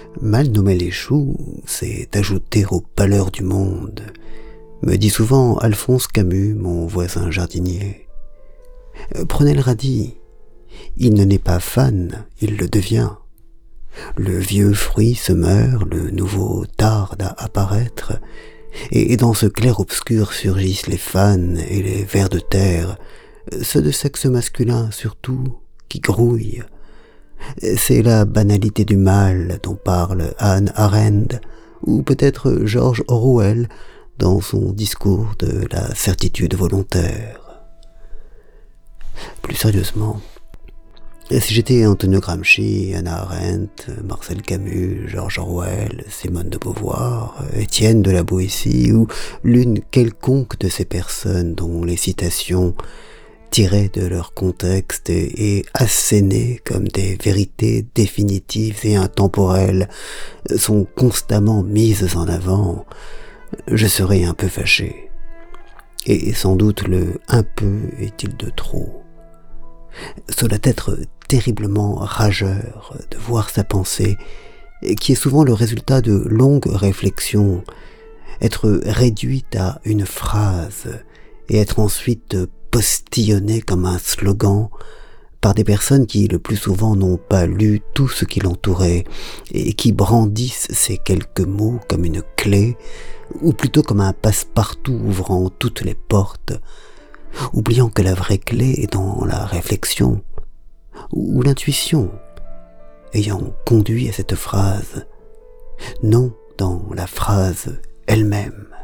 Mal nommer les choux, c'est ajouter aux pâleurs du monde, me dit souvent Alphonse Camus, mon voisin jardinier. Prenez le radis, il ne naît pas fan, il le devient. Le vieux fruit se meurt, le nouveau tarde à apparaître, et dans ce clair-obscur surgissent les fans et les vers de terre, ceux de sexe masculin surtout, qui grouillent. C'est la banalité du mal dont parle Hannah Arendt, ou peut-être George Orwell dans son discours de la certitude volontaire. Plus sérieusement, si j'étais Antonio Gramsci, Hannah Arendt, Marcel Camus, George Orwell, Simone de Beauvoir, Étienne de la Boétie, ou l'une quelconque de ces personnes dont les citations tirées de leur contexte et assénées comme des vérités définitives et intemporelles sont constamment mises en avant, je serais un peu fâché. Et sans doute le un peu est-il de trop. Ce doit être terriblement rageur de voir sa pensée, qui est souvent le résultat de longues réflexions, être réduite à une phrase et être ensuite postillonnée comme un slogan par des personnes qui le plus souvent n'ont pas lu tout ce qui l'entourait et qui brandissent ces quelques mots comme une clé, ou plutôt comme un passe-partout ouvrant toutes les portes, oubliant que la vraie clé est dans la réflexion ou l'intuition ayant conduit à cette phrase, non dans la phrase elle-même.